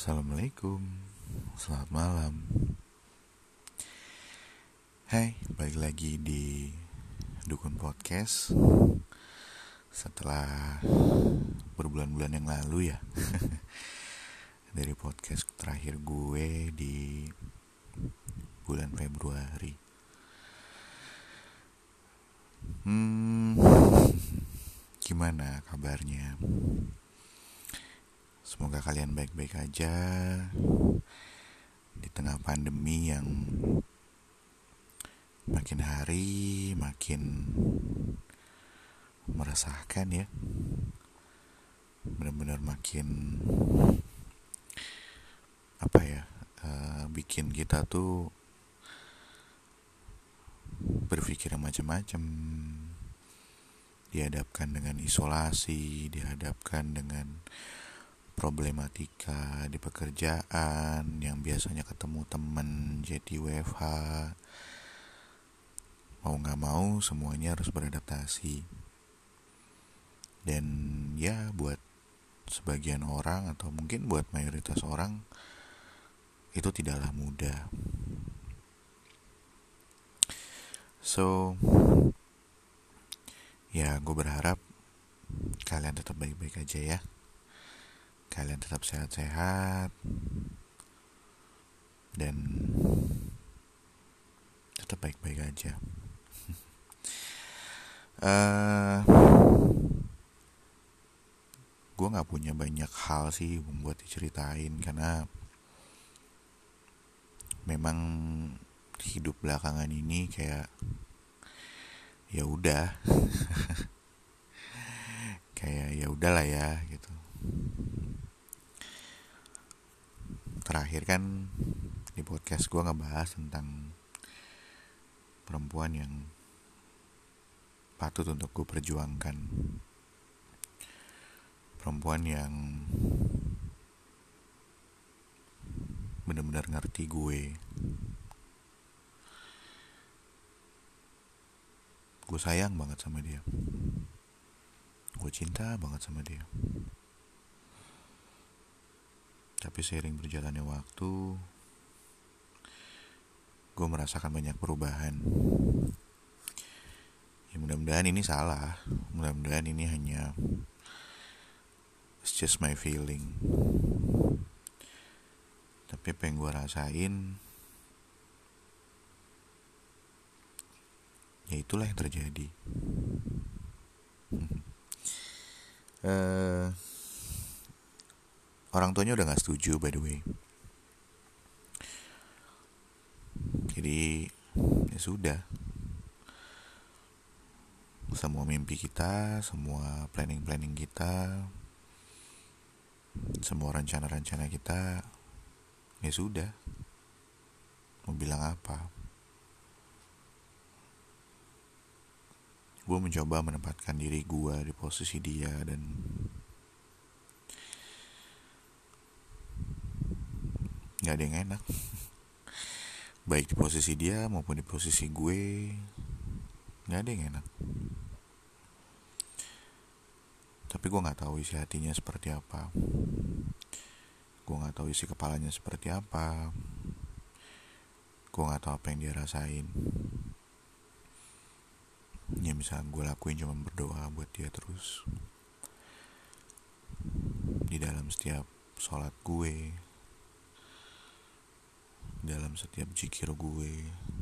Assalamualaikum, selamat malam. Hai, balik lagi di Dukun Podcast. Setelah berbulan-bulan yang lalu ya dari podcast terakhir gue di bulan Februari. Gimana kabarnya? Semoga kalian baik-baik aja di tengah pandemi yang makin hari makin meresahkan ya. Benar-benar makin bikin kita tuh berpikir macam-macam. Dihadapkan dengan isolasi, dihadapkan dengan problematika di pekerjaan yang biasanya ketemu temen jadi WFH. Mau gak mau semuanya harus beradaptasi. Dan ya buat sebagian orang atau mungkin buat mayoritas orang itu tidaklah mudah. So ya gue berharap kalian tetap baik-baik aja ya. Kalian tetap sehat-sehat dan tetap baik-baik aja. Gue gak punya banyak hal sih buat diceritain karena memang hidup belakangan ini kayak ya udah kayak ya udahlah ya gitu. Terakhir kan di podcast gue ngebahas tentang perempuan yang patut untuk gue perjuangkan, perempuan yang benar-benar ngerti gue sayang banget sama dia, gue cinta banget sama dia. Tapi seiring berjalannya waktu, gue merasakan banyak perubahan. Ya mudah-mudahan ini salah, mudah-mudahan ini hanya it's just my feeling. Tapi apa yang gue rasain, ya itulah yang terjadi. Orang tuanya udah gak setuju by the way. Jadi ya sudah, semua mimpi kita, semua planning kita, semua rencana kita, ya sudah, mau bilang apa. Gue mencoba menempatkan diri gue di posisi dia dan gak ada yang enak. Baik di posisi dia maupun di posisi gue, gak ada yang enak. Tapi gue gak tahu isi hatinya seperti apa, gue gak tahu isi kepalanya seperti apa, gue gak tahu apa yang dia rasain. Ya bisa gue lakuin cuma berdoa buat dia terus. Di dalam setiap sholat gue, dalam setiap zikir gue,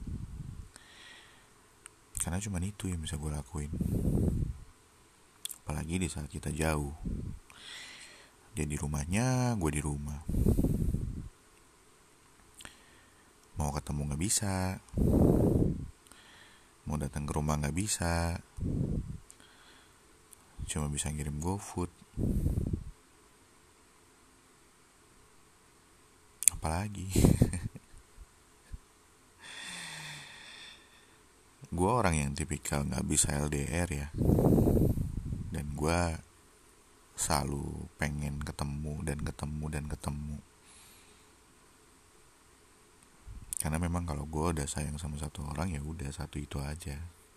karena cuma itu yang bisa gue lakuin. Apalagi di saat kita jauh, dia di rumahnya, gue di rumah. Mau ketemu gak bisa, mau datang ke rumah gak bisa, cuma bisa ngirim GoFood. Apalagi gue orang yang tipikal gak bisa LDR ya. Dan gue selalu pengen ketemu. Karena memang kalau gue udah sayang sama satu orang, ya udah satu itu aja.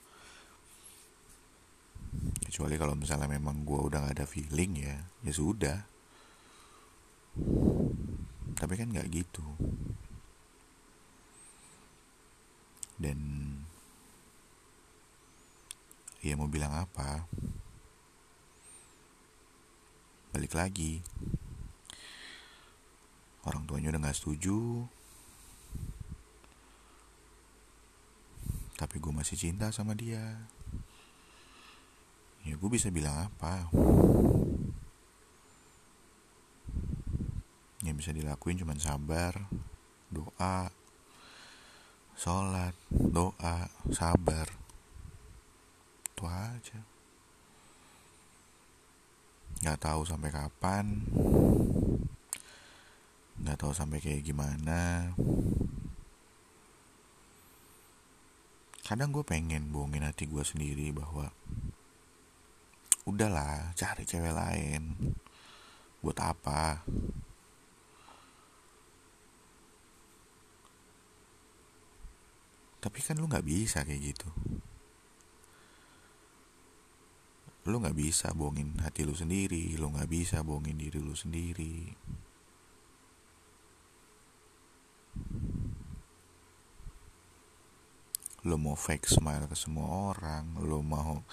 Kecuali kalau misalnya memang gue udah gak ada feeling, ya sudah. Tapi kan gak gitu. Dan ya mau bilang apa, balik lagi, orang tuanya udah gak setuju, tapi gue masih cinta sama dia. Ya gue bisa bilang apa? Yang bisa dilakuin cuma sabar, doa, sholat, doa, sabar. Itu aja. Gak tahu sampai kapan, gak tahu sampai kayak gimana. Kadang gue pengen bohongin hati gue sendiri bahwa udahlah, cari cewek lain. Buat apa? Tapi kan lu gak bisa kayak gitu. Lu gak bisa bohongin hati lu sendiri. Lu gak bisa bohongin diri lu sendiri. Lu mau fake smile ke semua orang. Lu mau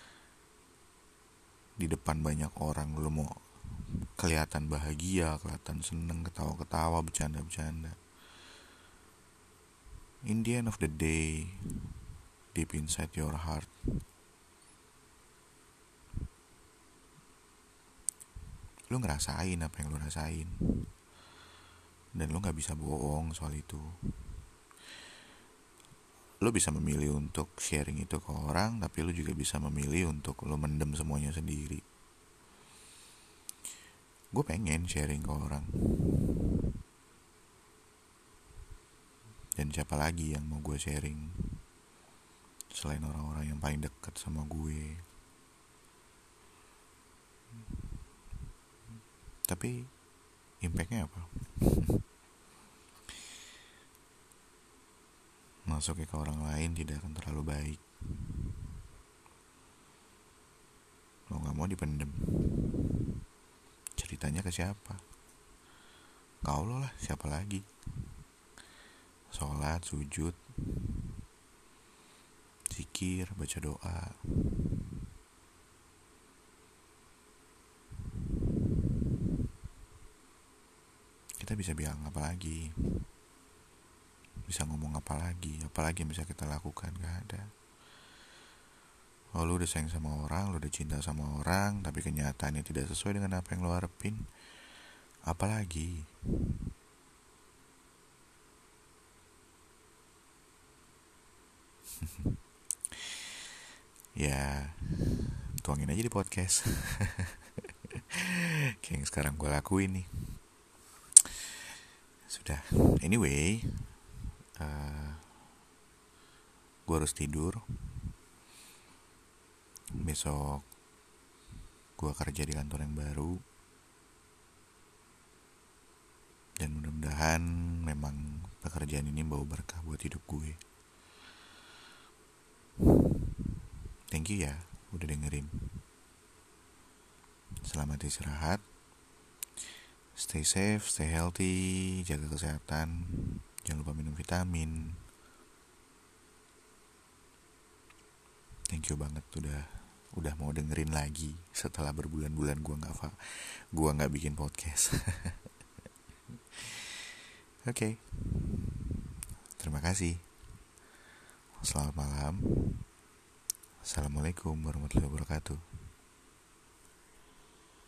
di depan banyak orang. Lu mau kelihatan bahagia, kelihatan seneng, ketawa-ketawa, bercanda-bercanda. In the end of the day, deep inside your heart, lu ngerasain apa yang lu rasain. Dan lu gak bisa bohong soal itu. Lu bisa memilih untuk sharing itu ke orang, tapi lu juga bisa memilih untuk lu mendem semuanya sendiri. Gue pengen sharing ke orang. Dan siapa lagi yang mau gue sharing selain orang-orang yang paling dekat sama gue. Tapi impactnya apa? Masuknya ke orang lain tidak akan terlalu baik. Lo gak mau dipendem. Ceritanya ke siapa? Kau lo lah, siapa lagi? Sholat, sujud, zikir, baca doa. Kita bisa bilang apa lagi? Bisa ngomong apa lagi? Apalagi yang bisa kita lakukan? Gak ada. Oh, lu udah sayang sama orang, lu udah cinta sama orang, tapi kenyataannya tidak sesuai dengan apa yang lu harapin. Apalagi? Ya, tuangin aja di podcast. Kayak yang sekarang gue lakuin nih. Sudah. Anyway, gue harus tidur. Besok gue kerja di kantor yang baru. Dan mudah-mudahan memang pekerjaan ini bawa berkah buat hidup gue. Thank you ya udah dengerin. Selamat istirahat. Stay safe, stay healthy, jaga kesehatan. Jangan lupa minum vitamin. Thank you banget udah mau dengerin lagi setelah berbulan-bulan gue nggak bikin podcast. Oke. Terima kasih. Selamat malam. Assalamualaikum warahmatullahi wabarakatuh.